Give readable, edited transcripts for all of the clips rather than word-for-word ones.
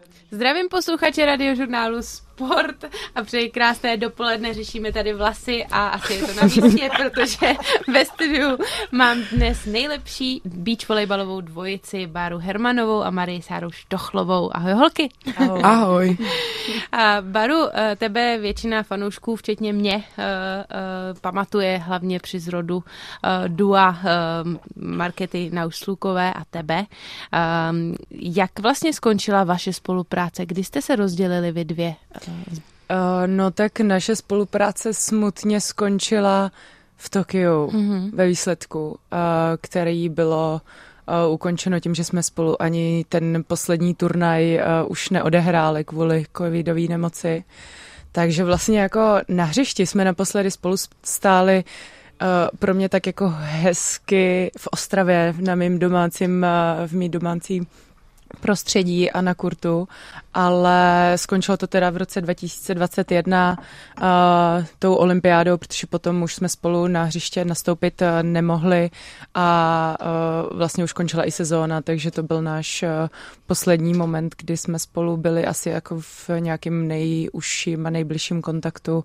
Zdravím posluchače radiožurnálu Sport a přeji krásné dopoledne. Řešíme tady vlasy a asi je to na místě, protože ve studiu mám dnes nejlepší beach volejbalovou dvojici Báru Hermanovou a Marii Sáru Štochlovou. Ahoj holky. Ahoj. Ahoj. A Baru, tebe většina fanoušků, včetně mě, pamatuje hlavně při zrodu dua Markety Nauslukové a tebe. Jak vlastně skončila vaše spolupráce? Kdy jste se rozdělili vy dvě? No tak naše spolupráce smutně skončila v Tokiu ve výsledku, který bylo ukončeno tím, že jsme spolu ani ten poslední turnaj už neodehráli kvůli covidové nemoci. Takže vlastně jako na hřišti jsme naposledy spolu stáli pro mě tak jako hezky v Ostravě, v mý domácí prostředí a na kurtu, ale skončilo to teda v roce 2021 tou olympiádou, protože potom už jsme spolu na hřiště nastoupit nemohli a vlastně už končila i sezóna, takže to byl náš poslední moment, kdy jsme spolu byli asi jako v nějakém nejužším a nejbližším kontaktu.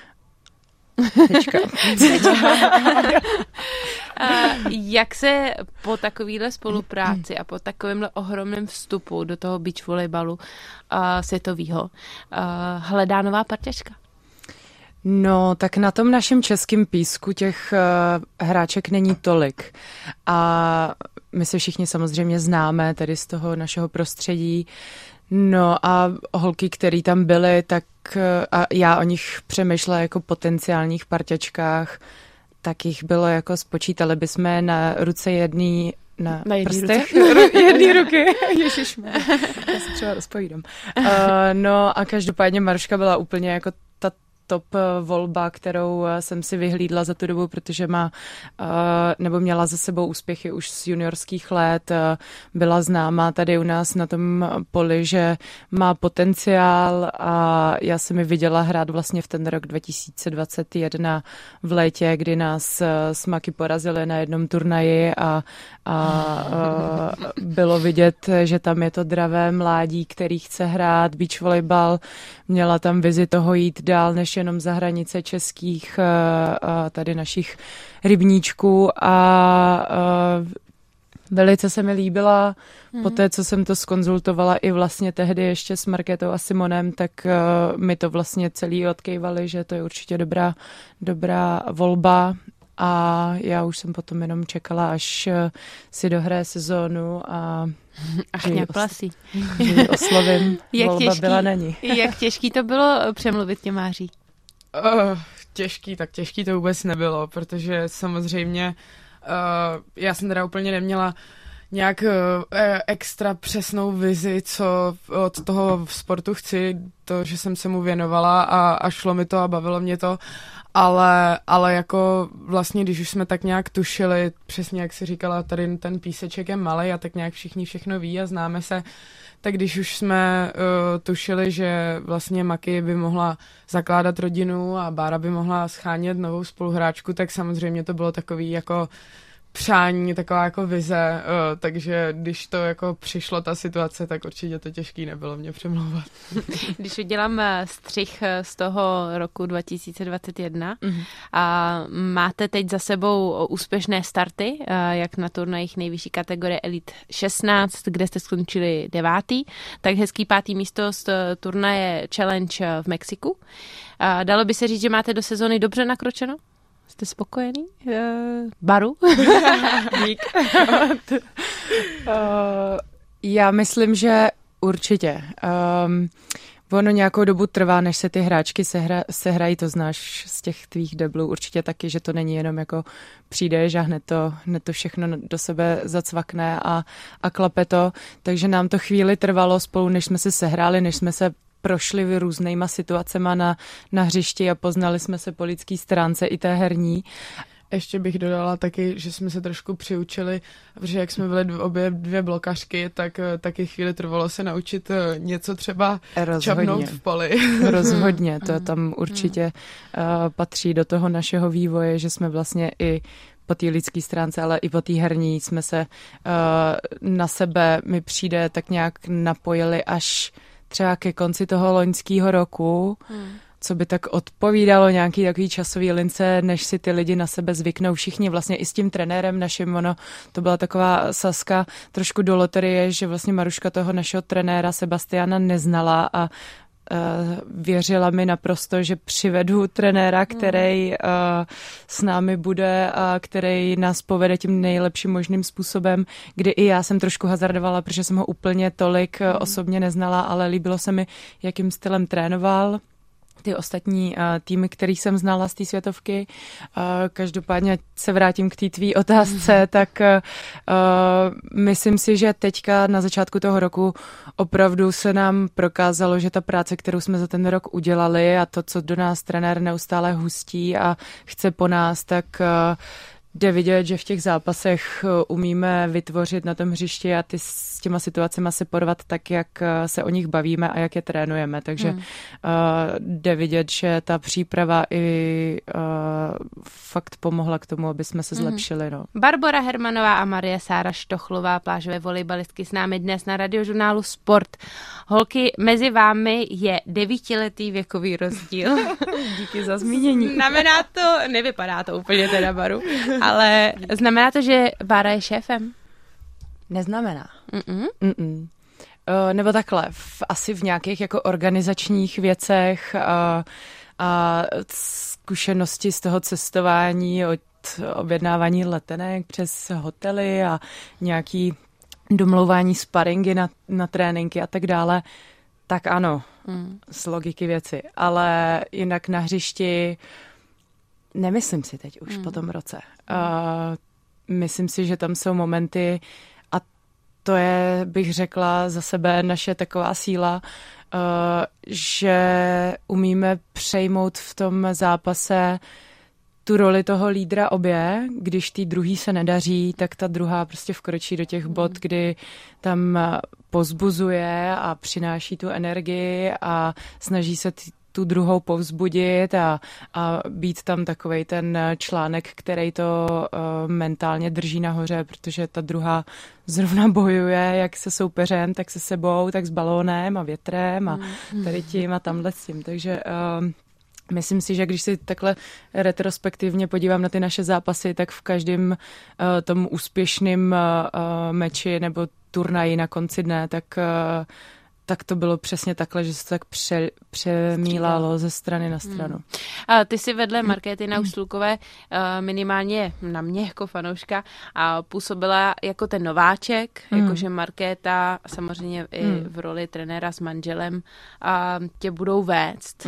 Jak se po takovéhle spolupráci a po takovémhle ohromném vstupu do toho beach volejbalu světovýho hledá nová parťačka? No, tak na tom našem českém písku těch hráček není tolik. A my se všichni samozřejmě známe tady z toho našeho prostředí. No a holky, které tam byly, tak a já o nich přemýšlela jako potenciálních parťačkách, tak jich bylo jako spočítali bychom na ruce jedný, na prstech jedný ruky. Ježišme, já se třeba rozpovídám. No a každopádně Maruška byla úplně jako ta top volba, kterou jsem si vyhlídla za tu dobu, protože nebo měla za sebou úspěchy už z juniorských let, byla známá tady u nás na tom poli, že má potenciál a já jsem ji viděla hrát vlastně v ten rok 2021 v létě, kdy nás Smaky porazili na jednom turnaji a bylo vidět, že tam je to dravé mládí, který chce hrát beach volejbal, měla tam vizi toho jít dál, než jenom za hranice českých tady našich rybníčků a velice se mi líbila po té, co jsem to zkonzultovala i vlastně tehdy ještě s Markétou a Simonem, tak mi to vlastně celý odkejvali, že to je určitě dobrá volba a já už jsem potom jenom čekala, až si dohraje sezónu a chňaplasí. Že oslovím, volba byla na ní. Jak těžký to bylo přemluvit tě, Máří? Těžký to vůbec nebylo, protože samozřejmě já jsem teda úplně neměla nějak extra přesnou vizi, co od toho sportu chci, to, že jsem se mu věnovala a šlo mi to a bavilo mě to, ale jako vlastně, když už jsme tak nějak tušili, přesně jak jsi říkala, tady ten píseček je malej a tak nějak všichni všechno ví a známe se, tak když už jsme tušili, že vlastně Maki by mohla zakládat rodinu a Bára by mohla schánět novou spoluhráčku, tak samozřejmě to bylo takový jako přání, taková jako vize, takže když to jako přišlo ta situace, tak určitě to těžký nebylo mě přemlouvat. Když udělám střih z toho roku 2021 a máte teď za sebou úspěšné starty, jak na turnajích nejvyšší kategorie Elite 16, kde jste skončili 9., tak hezký 5. místo z turnaje Challenge v Mexiku. Dalo by se říct, že máte do sezóny dobře nakročeno? Jste spokojený? Baru? Dík. Já myslím, že určitě. Ono nějakou dobu trvá, než se ty hráčky sehrají, to znáš z těch tvých deblů určitě taky, že to není jenom jako přijdeš a hned to všechno do sebe zacvakne a klape to. Takže nám to chvíli trvalo spolu, než jsme se sehráli, než jsme se prošli různýma situacema na hřišti a poznali jsme se po lidský stránce i té herní. Ještě bych dodala taky, že jsme se trošku přiučili, protože jak jsme byli obě dvě blokařky, tak taky chvíli trvalo se naučit něco třeba čapnout v poli. Rozhodně, to tam určitě patří do toho našeho vývoje, že jsme vlastně i po té lidské stránce, ale i po té herní jsme se na sebe, mi přijde, tak nějak napojili až třeba ke konci toho loňského roku, co by tak odpovídalo nějaký takový časový lince, než si ty lidi na sebe zvyknou všichni, vlastně i s tím trenérem naším, to byla taková sazka trošku do loterie, že vlastně Maruška toho našeho trenéra Sebastiana neznala a věřila mi naprosto, že přivedu trenéra, který s námi bude a který nás povede tím nejlepším možným způsobem, kdy i já jsem trošku hazardovala, protože jsem ho úplně tolik osobně neznala, ale líbilo se mi, jakým stylem trénoval. Ty ostatní týmy, který jsem znala z té světovky. Každopádně se vrátím k té tvý otázce, tak myslím si, že teďka na začátku toho roku opravdu se nám prokázalo, že ta práce, kterou jsme za ten rok udělali a to, co do nás trenér neustále hustí a chce po nás, tak jde vidět, že v těch zápasech umíme vytvořit na tom hřišti a s těma situacemi se porvat tak, jak se o nich bavíme a jak je trénujeme. Takže jde vidět, že ta příprava i fakt pomohla k tomu, aby jsme se zlepšili. No. Barbora Hermanová a Marie Sára Štochlová, plážové volejbalistky, s námi dnes na radiožurnálu Sport. Holky, mezi vámi je 9letý věkový rozdíl. Díky za zmínění. Znamená to, nevypadá to úplně teda, Baru, ale znamená to, že Bára je šéfem? Neznamená. Nebo takhle, asi v nějakých jako organizačních věcech a zkušenosti z toho cestování od objednávání letenek přes hotely a nějaký domlouvání sparingy na tréninky a tak dále, tak ano, z logiky věci. Ale jinak na hřišti nemyslím si teď už po tom roce. Myslím si, že tam jsou momenty a to je, bych řekla, za sebe naše taková síla, že umíme přejmout v tom zápase tu roli toho lídra obě, když tý druhý se nedaří, tak ta druhá prostě vkročí do těch bod, kdy tam povzbuzuje a přináší tu energii a snaží se tu druhou povzbudit a být tam takovej ten článek, který to mentálně drží nahoře, protože ta druhá zrovna bojuje jak se soupeřem, tak se sebou, tak s balónem a větrem a tady tím a tamhle s tím. Takže myslím si, že když si takhle retrospektivně podívám na ty naše zápasy, tak v každém tomu úspěšném meči nebo turnaji na konci dne, tak to bylo přesně takhle, že se tak přemílalo ze strany na stranu. A ty si vedle Markéty Naustulkové minimálně na mě jako fanouška a působila jako ten nováček, jakože Markéta samozřejmě i v roli trenéra s manželem a tě budou vést.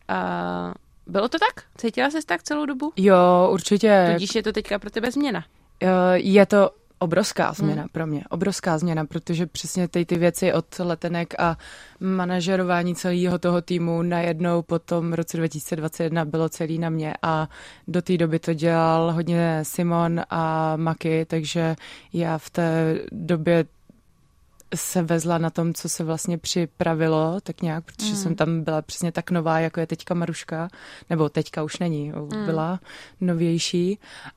Bylo to tak? Cítila jsi tak celou dobu? Jo, určitě. Tudíž je to teďka pro tebe změna? Je to obrovská změna pro mě. Obrovská změna, protože přesně ty věci od letenek a manažerování celého toho týmu najednou po tom roce 2021 bylo celý na mě a do té doby to dělal hodně Simon a Maki, takže já v té době se vezla na tom, co se vlastně připravilo, tak nějak, protože jsem tam byla přesně tak nová, jako je teďka Maruška, nebo teďka už není, byla novější.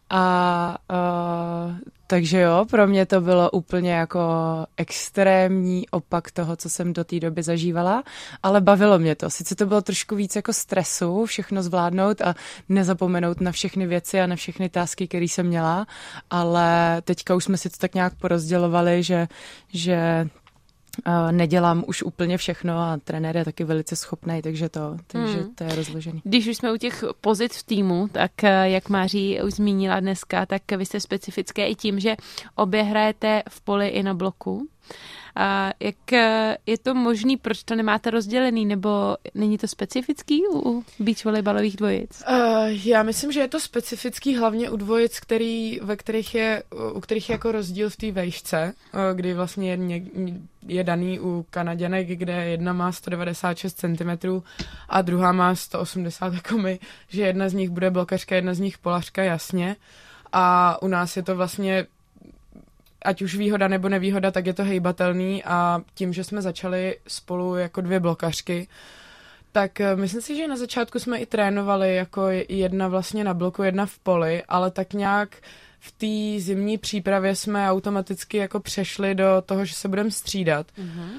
Takže jo, pro mě to bylo úplně jako extrémní opak toho, co jsem do té doby zažívala, ale bavilo mě to. Sice to bylo trošku víc jako stresu, všechno zvládnout a nezapomenout na všechny věci a na všechny tásky, které jsem měla, ale teďka už jsme si to tak nějak porozdělovali, že nedělám už úplně všechno a trenér je taky velice schopný, takže to je rozložený. Když už jsme u těch pozic v týmu, tak jak Máří už zmínila dneska, tak vy jste specifické i tím, že obě hrajete v poli i na bloku. Jak je to možný, proč to nemáte rozdělený, nebo není to specifický u beach volejbalových dvojic? Já myslím, že je to specifický hlavně u dvojic, u kterých je jako rozdíl v té vejšce, kdy vlastně je daný u Kanaděnek, kde jedna má 196 cm a druhá má 180 jako my, že jedna z nich bude blokařka, jedna z nich polařka, jasně. A u nás je to vlastně ať už výhoda nebo nevýhoda, tak je to hejbatelný a tím, že jsme začali spolu jako dvě blokařky, tak myslím si, že na začátku jsme i trénovali jako jedna vlastně na bloku, jedna v poli, ale tak nějak v té zimní přípravě jsme automaticky jako přešli do toho, že se budeme střídat.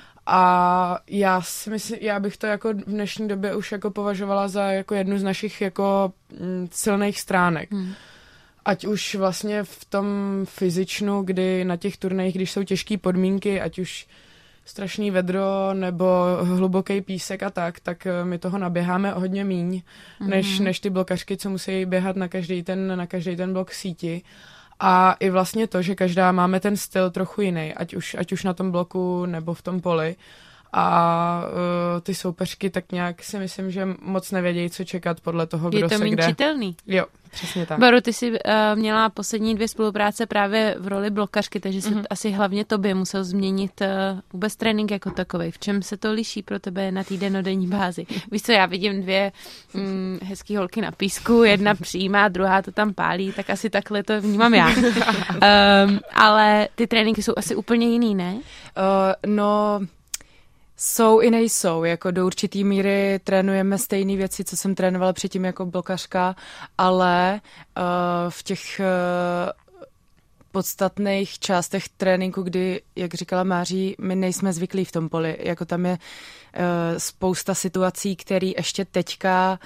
A já si myslím, já bych to jako v dnešní době už jako považovala za jako jednu z našich jako silných stránek. Ať už vlastně v tom fyzičnu, kdy na těch turnajích, když jsou těžké podmínky, ať už strašný vedro nebo hluboký písek a tak my toho naběháme hodně míň, než ty blokařky, co musí běhat na každý ten blok síti. A i vlastně to, že každá máme ten styl trochu jiný, ať už na tom bloku nebo v tom poli. A ty soupeřky tak nějak si myslím, že moc nevědějí, co čekat podle toho, kdo se kde. Je to méně čitelný. Jo, přesně tak. Baru, ty jsi měla poslední 2 spolupráce právě v roli blokařky, takže se asi hlavně tobě musel změnit vůbec trénink jako takovej. V čem se to liší pro tebe na té dennodenní bázi? Víš co, já vidím 2 hezký holky na písku, jedna přijímá, druhá to tam pálí, tak asi takhle to vnímám já. Ale ty tréninky jsou asi úplně jiný, ne? No... Jsou i nejsou, jako do určitý míry trénujeme stejné věci, co jsem trénovala předtím jako blokařka, ale v těch podstatných částech tréninku, kdy, jak říkala Máří, my nejsme zvyklí v tom poli, jako tam je spousta situací, které ještě teďka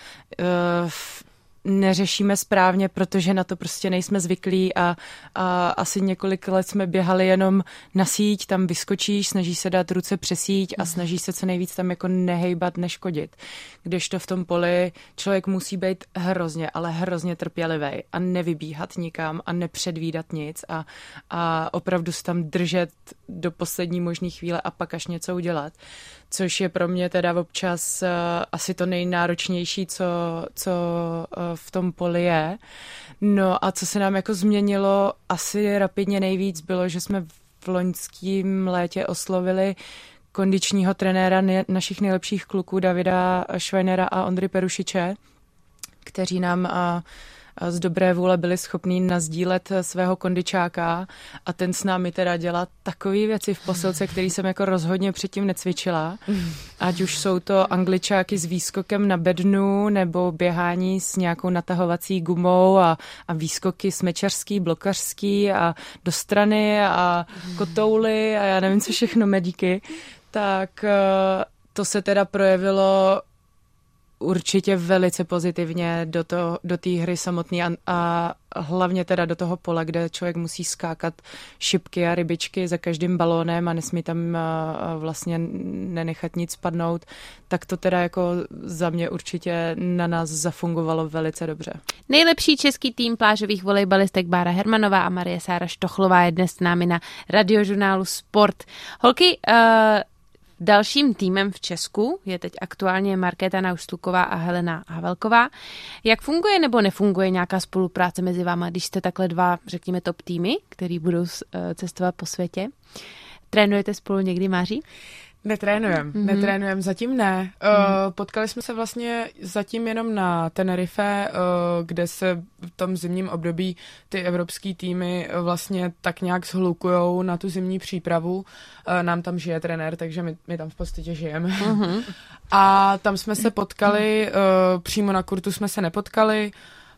neřešíme správně, protože na to prostě nejsme zvyklí a asi několik let jsme běhali jenom na síť, tam vyskočíš, snažíš se dát ruce přes síť a snažíš se co nejvíc tam jako nehejbat, neškodit. Kdežto v tom poli člověk musí být hrozně, ale hrozně trpělivý a nevybíhat nikam a nepředvídat nic a opravdu se tam držet do poslední možné chvíle a pak až něco udělat. Což je pro mě teda občas asi to nejnáročnější, co v tom poli je. No a co se nám jako změnilo asi rapidně nejvíc bylo, že jsme v loňském létě oslovili kondičního trenéra našich nejlepších kluků Davida Švajnera a Ondry Perušiče, kteří nám z dobré vůle byli schopní nasdílet svého kondičáka a ten s námi teda dělá takové věci v posilce, který jsem jako rozhodně předtím necvičila. Ať už jsou to angličáky s výskokem na bednu nebo běhání s nějakou natahovací gumou a výskoky smečařský, blokařský a do strany a kotouly a já nevím co všechno medíky. Tak to se teda projevilo určitě velice pozitivně do té hry samotné a hlavně teda do toho pole, kde člověk musí skákat šipky a rybičky za každým balónem a nesmí tam vlastně nenechat nic padnout, tak to teda jako za mě určitě na nás zafungovalo velice dobře. Nejlepší český tým plážových volejbalistek Bára Hermanová a Marie Sára Štochlová je dnes s námi na radiožurnálu Sport. Holky, dalším týmem v Česku je teď aktuálně Markéta Naustluková a Helena Havelková. Jak funguje nebo nefunguje nějaká spolupráce mezi váma, když jste takhle 2, řekněme, top týmy, který budou cestovat po světě? Trénujete spolu někdy, Máří? Netrénujem, zatím ne. Potkali jsme se vlastně zatím jenom na Tenerife, kde se v tom zimním období ty evropský týmy vlastně tak nějak shlukujou na tu zimní přípravu. Nám tam žije trenér, takže my tam v podstatě žijeme. A tam jsme se potkali, přímo na kurtu jsme se nepotkali,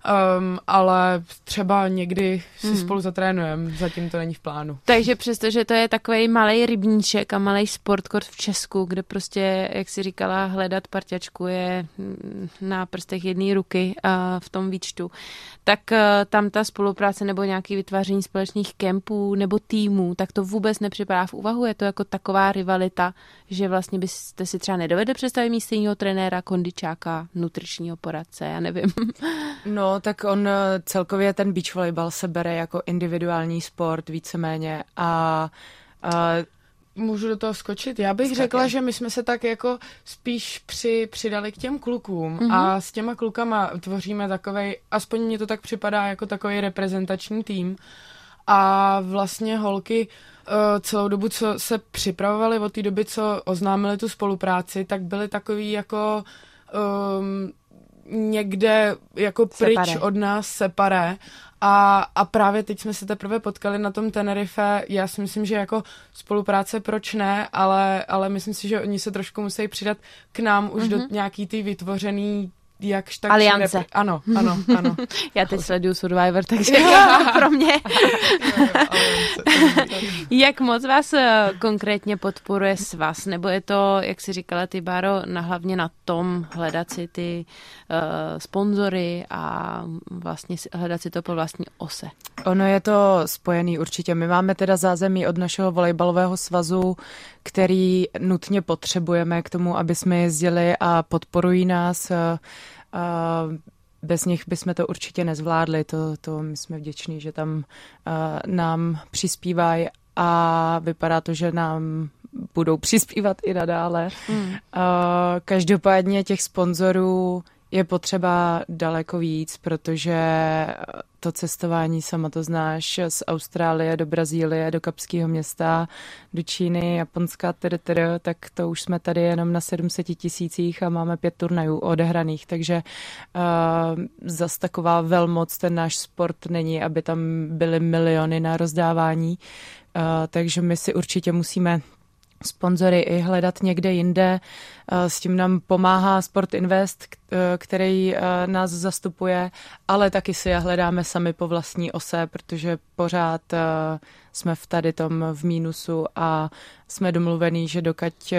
ale třeba někdy si spolu zatrénujeme, zatím to není v plánu. Takže přestože to je takovej malej rybníček a malej sportkort v Česku, kde prostě, jak si říkala, hledat parťačku je na prstech jedné ruky v tom výčtu, tak tam ta spolupráce nebo nějaké vytváření společných kempů nebo týmů, tak to vůbec nepřipadá v úvahu. Je to jako taková rivalita, že vlastně byste si třeba nedovedli představit mít stejného trenéra, kondičáka, nutričního poradce, já nevím. No, tak on celkově ten beach volleyball se bere jako individuální sport víceméně a můžu do toho skočit? Já bych řekla, že my jsme se tak jako spíš přidali k těm klukům a s těma klukama tvoříme takovej, aspoň mně to tak připadá jako takový reprezentační tým a vlastně holky celou dobu, co se připravovali od té doby, co oznámili tu spolupráci, tak byly takový jako někde jako pryč od nás separé a právě teď jsme se teprve potkali na tom Tenerife. Já si myslím, že jako spolupráce proč ne, ale myslím si, že oni se trošku musí přidat k nám už do nějaký ty vytvořený jakž tak... Aliance. Ano. Já teď sleduju Survivor, takže pro mě. Jak moc vás konkrétně podporuje svaz? Nebo je to, jak jsi říkala ty, Báro, hlavně na tom hledat si ty sponzory a vlastně hledat si to po vlastní ose? Ono je to spojený určitě. My máme teda zázemí od našeho volejbalového svazu, který nutně potřebujeme k tomu, aby jsme jezdili a podporují nás. Bez nich bychom to určitě nezvládli. To my jsme vděční, že tam nám přispívají a vypadá to, že nám budou přispívat i nadále. Každopádně těch sponzorů je potřeba daleko víc, protože to cestování, sama to znáš, z Austrálie do Brazílie, do Kapského města, do Číny, Japonska, tak to už jsme tady jenom na 700 000 a máme 5 turnajů odehraných, takže zas taková velmoc ten náš sport není, aby tam byly miliony na rozdávání, takže my si určitě musíme sponzory i hledat někde jinde. S tím nám pomáhá Sport Invest, který nás zastupuje, ale taky si je hledáme sami po vlastní ose, protože pořád jsme v tady tom v mínusu a jsme domluvení, že dokud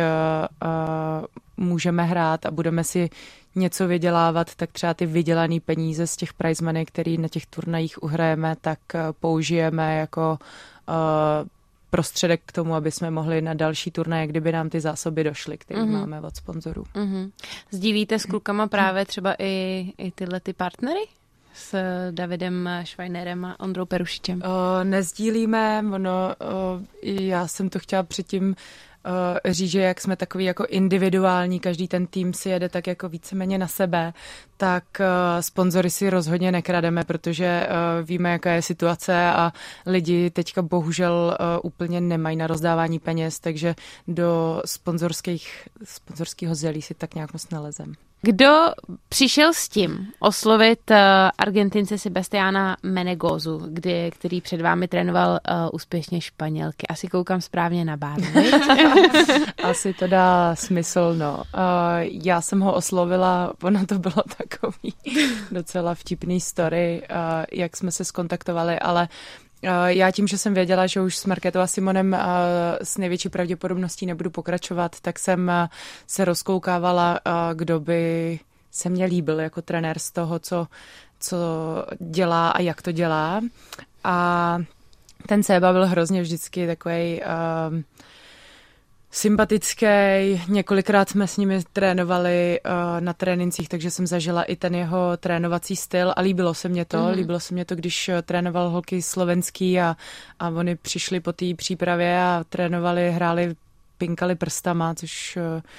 můžeme hrát a budeme si něco vydělávat, tak třeba ty vydělané peníze z těch prize money, který na těch turnajích uhrajeme, tak použijeme jako prostředek k tomu, aby jsme mohli na další turnaje, kdyby nám ty zásoby došly, které máme od sponzorů. Sdílíte s klukama právě třeba i tyhle ty partnery? S Davidem Švajnerem a Ondrou Perušičem? Nezdílíme, já jsem to chtěla předtím říct, že jak jsme takový jako individuální, každý ten tým si jede tak jako víceméně na sebe, tak sponzory si rozhodně nekrademe, protože víme, jaká je situace a lidi teďka bohužel úplně nemají na rozdávání peněz, takže do sponzorského zelí si tak nějak moc nelezem. Kdo přišel s tím oslovit Argentince Sebastiana Menegosu, který před vámi trénoval úspěšně Španělky? Asi koukám správně na Báru. Asi to dá smysl, no. Já jsem ho oslovila, ono to bylo takový docela vtipný story, jak jsme se skontaktovali, ale já tím, že jsem věděla, že už s Markétou a Simonem s největší pravděpodobností nebudu pokračovat, tak jsem se rozkoukávala, kdo by se mně líbil jako trenér z toho, co dělá a jak to dělá. A ten Seba byl hrozně vždycky takovej sympatický, několikrát jsme s nimi trénovali na trénincích, takže jsem zažila i ten jeho trénovací styl a líbilo se mě to. Líbilo se mě to, když trénoval holky slovenský a oni přišli po té přípravě a trénovali, hráli, pinkali prstama, což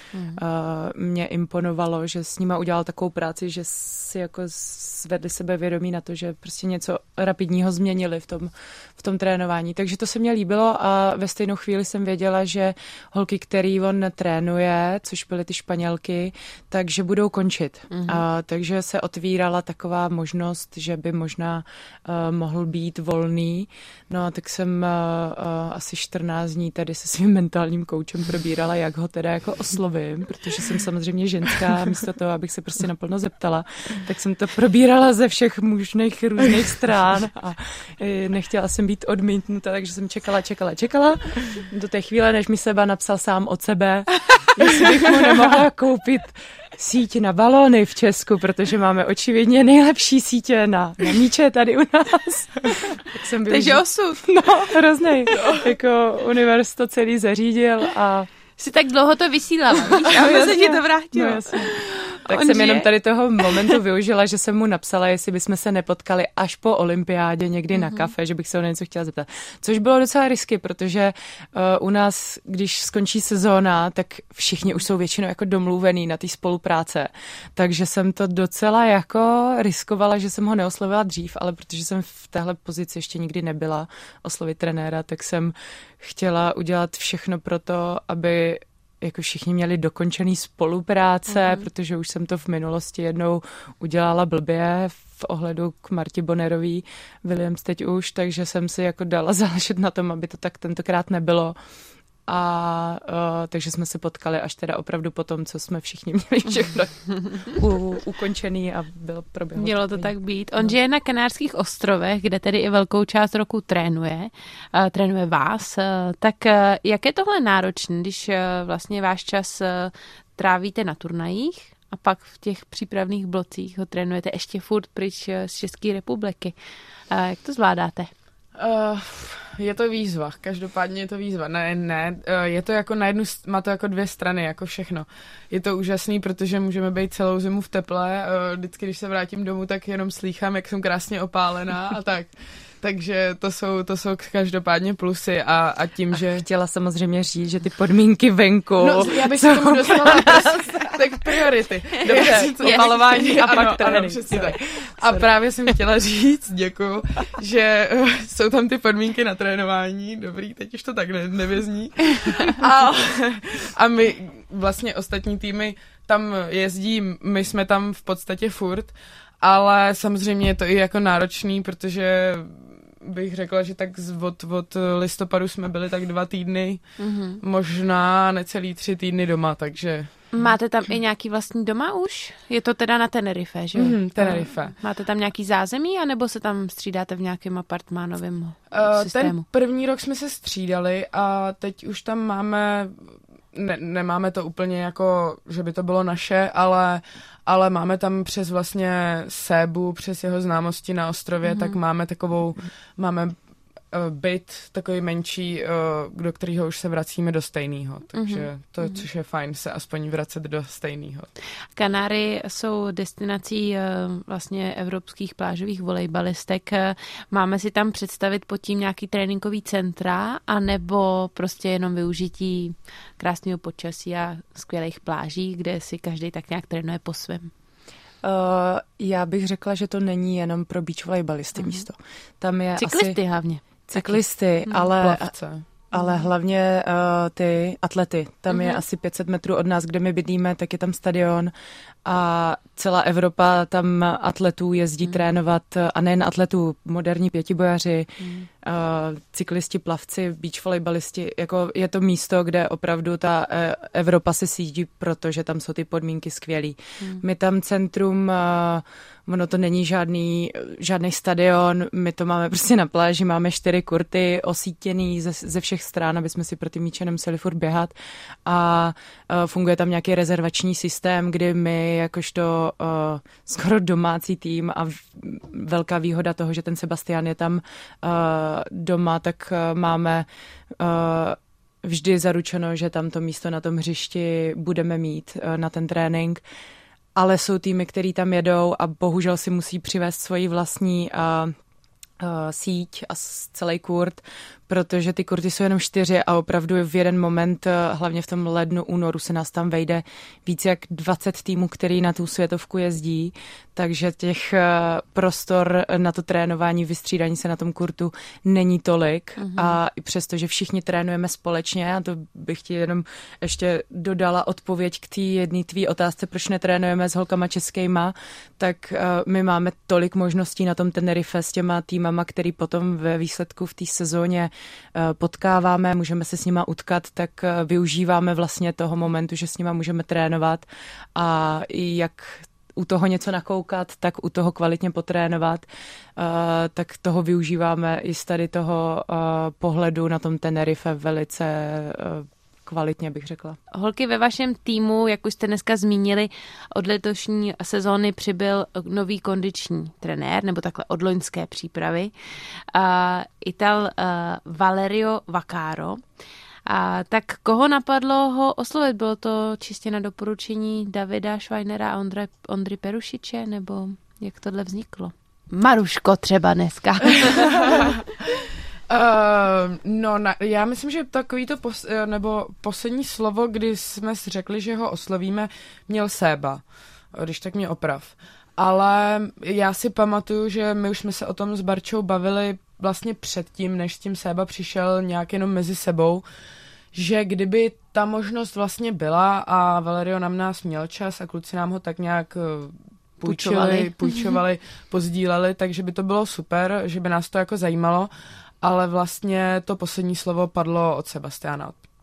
mě imponovalo, že s nima udělal takovou práci, že si jako zvedli sebevědomí na to, že prostě něco rapidního změnili v tom trénování. Takže to se mně líbilo a ve stejnou chvíli jsem věděla, že holky, který on trénuje, což byly ty Španělky, takže budou končit. Takže se otvírala taková možnost, že by možná mohl být volný. No tak jsem asi 14 dní tady se svým mentálním koučem probírala, jak ho teda jako oslovím, protože jsem samozřejmě ženská, místo toho, abych se prostě naplno zeptala, tak jsem to probírala ze všech možných různých stran a nechtěla jsem být odmítnuta, takže jsem čekala do té chvíle, než mi Seba napsal sám od sebe, jestli bych mu nemohla koupit síť na balóny v Česku, protože máme očividně nejlepší sítě na míče tady u nás. Tak jsem Takže osud. No, hroznej. Jako univerz to celý zařídil a... Jsi tak dlouho to vysílala, víš? A se ti to vrátilo. No, jasně. Tak jsem jenom tady toho momentu využila, že jsem mu napsala, jestli bychom se nepotkali až po olympiádě někdy na kafe, že bych se o něco chtěla zeptat. Což bylo docela risky, protože u nás, když skončí sezóna, tak všichni už jsou většinou jako domluvený na té spolupráce. Takže jsem to docela jako riskovala, že jsem ho neoslovila dřív, ale protože jsem v téhle pozici ještě nikdy nebyla oslovit trenéra, tak jsem chtěla udělat všechno pro to, aby jako všichni měli dokončený spolupráce, protože už jsem to v minulosti jednou udělala blbě v ohledu k Martě Bonnerový, Williams teď už, takže jsem si jako dala záležet na tom, aby to tak tentokrát nebylo. takže jsme se potkali až teda opravdu po tom, co jsme všichni měli všechno ukončený a proběhlo. Mělo to tak být. On žije na Kanárských ostrovech, kde tedy i velkou část roku trénuje vás. Tak jak je tohle náročné, když vlastně váš čas trávíte na turnajích a pak v těch přípravných blocích ho trénujete ještě furt pryč z České republiky? Jak to zvládáte? Je to výzva, každopádně je to výzva. Ne, je to jako má to jako dvě strany, jako všechno. Je to úžasný, protože můžeme být celou zimu v teple, vždycky, když se vrátím domů, tak jenom slýchám, jak jsem krásně opálená a tak. Takže to jsou každopádně plusy a tím, že... Chtěla samozřejmě říct, že ty podmínky venku... No, já bych se tomu dostala tak priority. Dobře, opalování a pak trénink. Ano, přesně tak. A právě jsem chtěla říct, děkuju, že jsou tam ty podmínky na trénování. Dobrý, teď už to tak nevězní. A my vlastně ostatní týmy tam jezdí, my jsme tam v podstatě furt, ale samozřejmě je to i jako náročný, protože bych řekla, že tak od listopadu jsme byli tak 2 týdny, možná necelý 3 týdny doma, takže... Máte tam i nějaký vlastní doma už? Je to teda na Tenerife, že? Tenerife. Máte tam nějaký zázemí, anebo se tam střídáte v nějakém apartmánovém systému? Ten první rok jsme se střídali a teď už tam máme... Nemáme to úplně jako, že by to bylo naše, ale máme tam přes vlastně Sébu, přes jeho známosti na ostrově, tak máme byt takový menší, do kterého už se vracíme do stejného. Takže to, což je fajn, se aspoň vracet do stejného. Kanáry jsou destinací vlastně evropských plážových volejbalistek. Máme si tam představit pod tím nějaký tréninkový centra, anebo prostě jenom využití krásného počasí a skvělých pláží, kde si každý tak nějak trénuje po svém? Já bych řekla, že to není jenom pro beach volejbalisty místo. Tam je cyklisty hlavně. Cyklisty, ale hlavně ty atlety. Tam je asi 500 metrů od nás, kde my bydlíme, tak je tam stadion a celá Evropa tam atletů jezdí trénovat a nejen atletů, moderní pětibojaři, cyklisti, plavci, beach volejbalisti. Jako je to místo, kde opravdu ta Evropa se sjíždí, protože tam jsou ty podmínky skvělý. My tam centrum, ono to není žádný stadion, my to máme prostě na pláži, máme 4 kurty osítěný ze všech stran, aby jsme si pro ty míče nemuseli furt běhat a funguje tam nějaký rezervační systém, kdy my jakožto skoro domácí tým a velká výhoda toho, že ten Sebastian je tam doma, tak máme vždy zaručeno, že tam to místo na tom hřišti budeme mít na ten trénink. Ale jsou týmy, který tam jedou a bohužel si musí přivést svoji vlastní síť a celý kurt, protože ty kurty jsou jenom 4 a opravdu v jeden moment, hlavně v tom lednu, únoru se nás tam vejde víc jak 20 týmů, který na tu světovku jezdí, takže těch prostor na to trénování, vystřídání se na tom kurtu není tolik a i přesto, že všichni trénujeme společně, a to bych ti jenom ještě dodala odpověď k té jedné tvý otázce, proč netrénujeme s holkama českýma, tak my máme tolik možností na tom Tenerife s těma týmama, který potom ve výsledku v té sezóně potkáváme, můžeme se s nima utkat, tak využíváme vlastně toho momentu, že s nima můžeme trénovat a jak u toho něco nakoukat, tak u toho kvalitně potrénovat, tak toho využíváme i z tady toho pohledu na tom Tenerife velice kvalitně, bych řekla. Holky, ve vašem týmu, jak už jste dneska zmínili, od letošní sezóny přibyl nový kondiční trenér, nebo takhle od loňské přípravy, Ital Valerio Vaccaro. Tak koho napadlo ho oslovit? Bylo to čistě na doporučení Davida Schweinera a Ondry Perušiče, nebo jak tohle vzniklo? Maruško třeba dneska. Já myslím, že takový to poslední slovo, kdy jsme si řekli, že ho oslovíme, měl Séba, když tak mě oprav. Ale já si pamatuju, že my už jsme se o tom s Barčou bavili vlastně předtím, než s tím Séba přišel nějak jenom mezi sebou, že kdyby ta možnost vlastně byla a Valerio na nás měl čas a kluci nám ho tak nějak půjčovali, pozdíleli, takže by to bylo super, že by nás to jako zajímalo, ale vlastně to poslední slovo padlo od Sebastiana.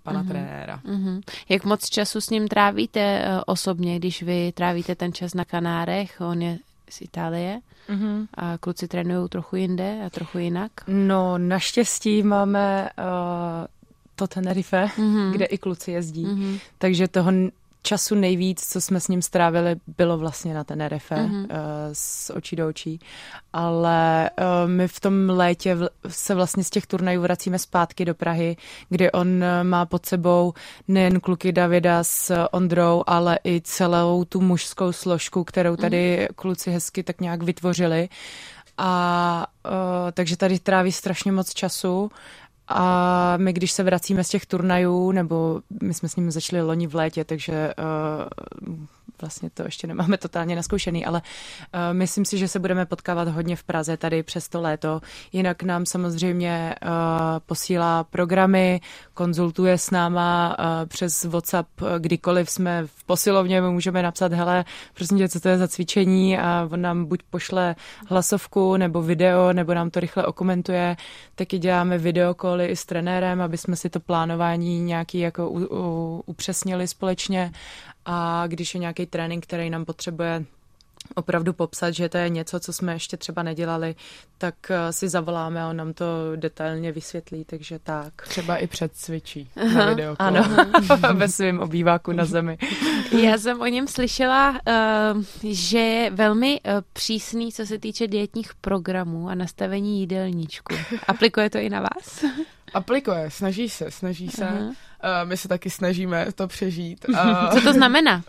pana trenéra. Jak moc času s ním trávíte osobně, když vy trávíte ten čas na Kanárech? On je z Itálie a kluci trénují trochu jinde a trochu jinak? No, naštěstí máme to Tenerife, kde i kluci jezdí, takže toho času nejvíc, co jsme s ním strávili, bylo vlastně na Tenerife z očí do očí, ale my v tom létě se vlastně z těch turnajů vracíme zpátky do Prahy, kde on má pod sebou nejen kluky Davida s Ondrou, ale i celou tu mužskou složku, kterou tady kluci hezky tak nějak vytvořili, a takže tady tráví strašně moc času. A my, když se vracíme z těch turnajů, nebo my jsme s ním začali loni v létě, takže vlastně to ještě nemáme totálně naskoušený, ale myslím si, že se budeme potkávat hodně v Praze tady přes to léto. Jinak nám samozřejmě posílá programy, konzultuje s náma přes WhatsApp, kdykoliv jsme v posilovně, my můžeme napsat, hele, prosím tě, co to je za cvičení, a on nám buď pošle hlasovku nebo video, nebo nám to rychle okomentuje. Taky děláme videokoly i s trenérem, aby jsme si to plánování nějaký jako upřesnili společně, a když je nějaký trénink, který nám potřebuje opravdu popsat, že to je něco, co jsme ještě třeba nedělali, tak si zavoláme a on nám to detailně vysvětlí, takže tak. Třeba i předcvičí na videokolu. Ano, ve svém obýváku na zemi. Já jsem o něm slyšela, že je velmi přísný, co se týče dietních programů a nastavení jídelníčku. Aplikuje to i na vás? Aplikuje, snaží se. My se taky snažíme to přežít. Co to znamená?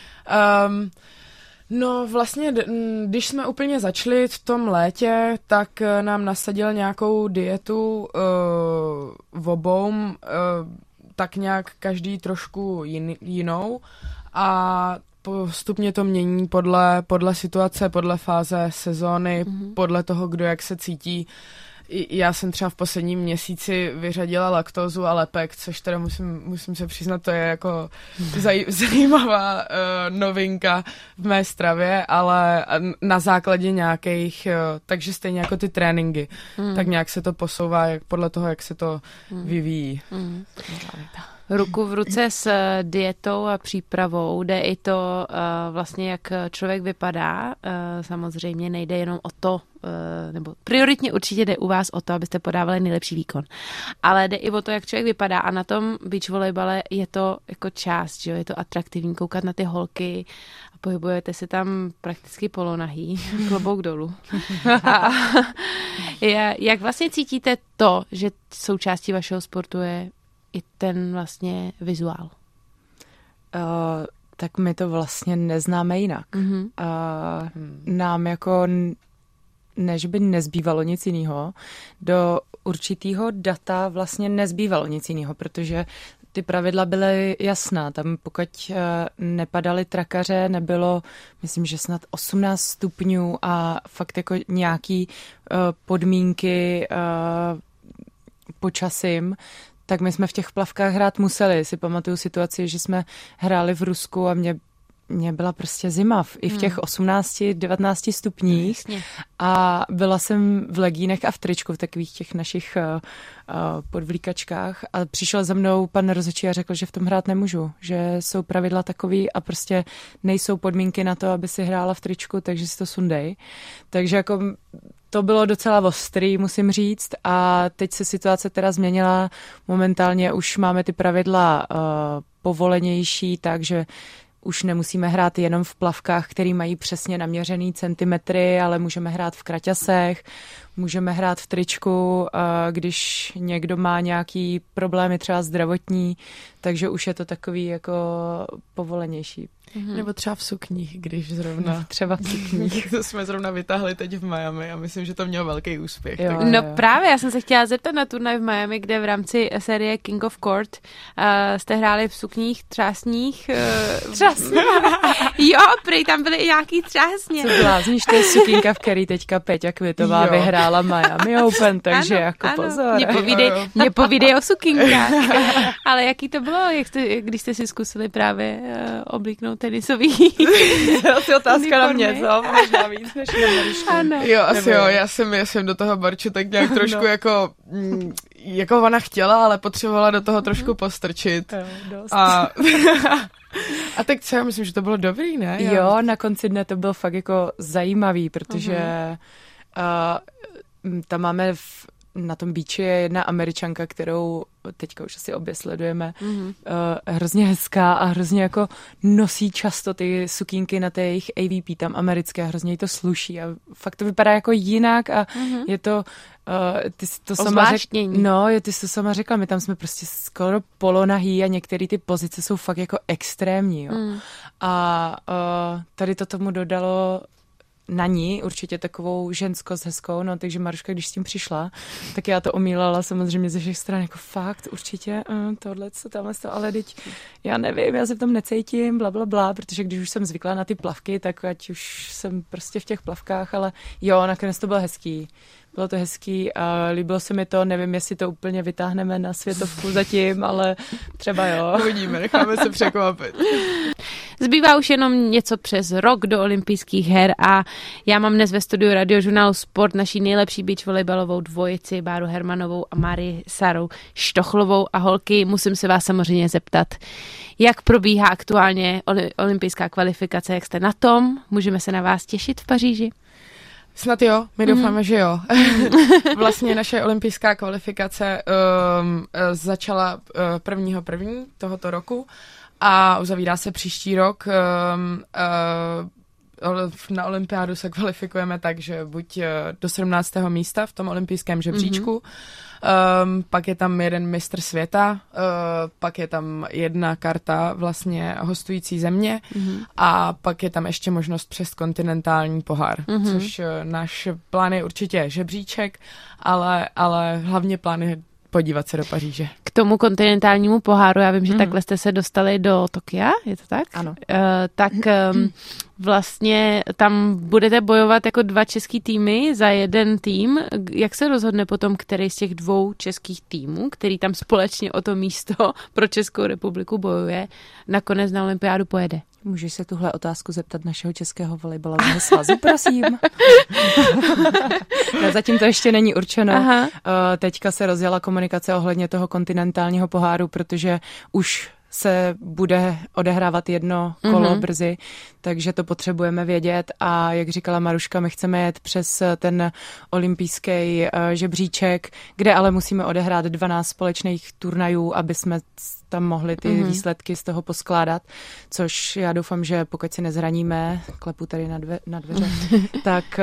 No vlastně, když jsme úplně začali v tom létě, tak nám nasadil nějakou dietu v obou, tak nějak každý trošku jinou, a postupně to mění podle situace, podle fáze sezóny, podle toho, kdo jak se cítí. Já jsem třeba v posledním měsíci vyřadila laktózu a lepek, což teda musím se přiznat, to je jako zajímavá novinka v mé stravě, ale na základě nějakých, takže stejně jako ty tréninky, tak nějak se to posouvá podle toho, jak se to vyvíjí. Ruku v ruce s dietou a přípravou jde i to vlastně, jak člověk vypadá. Samozřejmě nejde jenom o to, nebo prioritně určitě jde u vás o to, abyste podávali nejlepší výkon. Ale jde i o to, jak člověk vypadá, a na tom beach volejbale je to jako část, že jo? Je to atraktivní koukat na ty holky a pohybujete se tam prakticky polonahý, klobouk dolů. A jak vlastně cítíte to, že součástí vašeho sportu je i ten vlastně vizuál? Tak my to vlastně neznáme jinak. Nám jako, než by nezbývalo nic jiného, do určitého data vlastně nezbývalo nic jiného, protože ty pravidla byly jasná. Tam pokud nepadaly trakaře, nebylo, myslím, že snad 18 stupňů a fakt jako nějaký podmínky počasím, tak my jsme v těch plavkách hrát museli. Si pamatuju situaci, že jsme hráli v Rusku a mě byla prostě zima i v těch 18-19 stupních. A byla jsem v legínech a v tričku, v takových těch našich podvlíkačkách, a přišel za mnou pan rozhodčí a řekl, že v tom hrát nemůžu, že jsou pravidla takový a prostě nejsou podmínky na to, aby si hrála v tričku, takže si to sundej. Takže jako to bylo docela ostrý, musím říct, a teď se situace teda změnila. Momentálně už máme ty pravidla povolenější, takže už nemusíme hrát jenom v plavkách, které mají přesně naměřený centimetry, ale můžeme hrát v kraťasech, můžeme hrát v tričku, když někdo má nějaký problémy třeba zdravotní, takže už je to takový jako povolenější. Nebo třeba v sukních, když zrovna. No, třeba v sukních. To jsme zrovna vytáhli teď v Miami a myslím, že to mělo velký úspěch. Jo, no právě, já jsem se chtěla zeptat na turnaj v Miami, kde v rámci série King of Court jste hráli v sukních třásních. Třásně? Jo, prej tam byly i nějaký třásně. Co blázníš, to je sukínka, v který teďka Peťa Kvitová vyhrála vyhrála Miami Open, takže ano, jako ano. pozor. Mě povídej o sukinkách. Ale jaký to bylo, když jste si zkusili právě oblíknout tenisový Asi otázka na mě, co? Možná víc než na Marušku. Ano. Jo, asi jo, já jsem do toho barču tak nějak trošku jako ona chtěla, ale potřebovala do toho trošku postrčit. Jo, dost. A tak co, já myslím, že to bylo dobrý, ne? Jo, na konci dne to bylo fakt jako zajímavý, protože tam máme na tom beachi je jedna Američanka, kterou teďka už asi obě sledujeme, hrozně hezká a hrozně jako nosí často ty sukínky na té jejich AVP tam americké, hrozně jí to sluší a fakt to vypadá jako jinak a je to ty jsi to sama řekla, my tam jsme prostě skoro polonahý a některé ty pozice jsou fakt jako extrémní, jo. A tady to tomu dodalo na ní určitě takovou ženskost hezkou, no takže Maruška, když s tím přišla, tak já to omílala samozřejmě ze všech stran, jako fakt, určitě tohle, co tamhle to, ale teď já nevím, já se v tom necítím, blablabla, protože když už jsem zvykla na ty plavky, tak ať už jsem prostě v těch plavkách, ale jo, nakonec to bylo hezký. Bylo to hezký a líbilo se mi to, nevím, jestli to úplně vytáhneme na světovku zatím, ale třeba jo. Uvidíme, necháme se překvapit. Zbývá už jenom něco přes rok do olympijských her a já mám dnes ve studiu Radiožurnálu Sport naší nejlepší beach volejbalovou dvojici Báru Hermanovou a Marii Saru Štochlovou a holky, musím se vás samozřejmě zeptat, jak probíhá aktuálně olympijská kvalifikace, jak jste na tom, můžeme se na vás těšit v Paříži? Snad jo, my doufáme, že jo. Vlastně naše olympijská kvalifikace začala 1.1. tohoto roku a uzavírá se příští rok. Na olympiádu se kvalifikujeme tak, že buď do 17. místa v tom olympijském žebříčku, pak je tam jeden mistr světa, pak je tam jedna karta vlastně hostující země a pak je tam ještě možnost přes kontinentální pohár, což náš plán je určitě žebříček, ale hlavně plán je podívat se do Paříže. K tomu kontinentálnímu poháru, já vím, že takhle jste se dostali do Tokia, je to tak? Ano. Tak vlastně tam budete bojovat jako dva český týmy za jeden tým. Jak se rozhodne potom, který z těch dvou českých týmů, který tam společně o to místo pro Českou republiku bojuje, nakonec na olympiádu pojede? Můžeš se tuhle otázku zeptat našeho Českého volejbalového svazu, prosím. Zatím to ještě není určeno. Teďka se rozjela komunikace ohledně toho kontinentálního poháru, protože už se bude odehrávat jedno kolo brzy, takže to potřebujeme vědět a jak říkala Maruška, my chceme jet přes ten olympijský žebříček, kde ale musíme odehrát 12 společných turnajů, aby jsme tam mohli ty výsledky z toho poskládat, což já doufám, že pokud si nezraníme, klepu tady na dveře, tak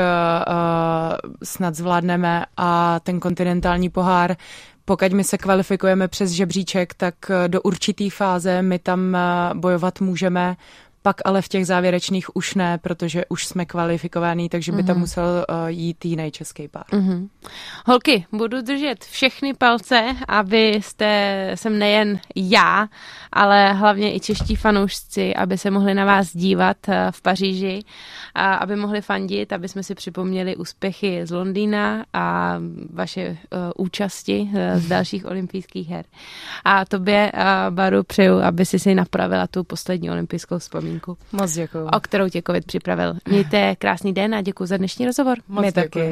snad zvládneme a ten kontinentální pohár, pokud my se kvalifikujeme přes žebříček, tak do určitý fáze my tam bojovat můžeme, pak ale v těch závěrečných už ne, protože už jsme kvalifikovaní, takže by tam musel jít jiný český pár. Holky, budu držet všechny palce, aby jsem nejen já, ale hlavně i čeští fanoušci, aby se mohli na vás dívat v Paříži, a aby mohli fandit, aby jsme si připomněli úspěchy z Londýna a vaše účasti z dalších olympijských her. A tobě, Baru, přeju, aby si napravila tu poslední olympijskou vzpomínku. Moc děkuju. O kterou tě COVID připravil. Mějte krásný den a děkuji za dnešní rozhovor. My taky.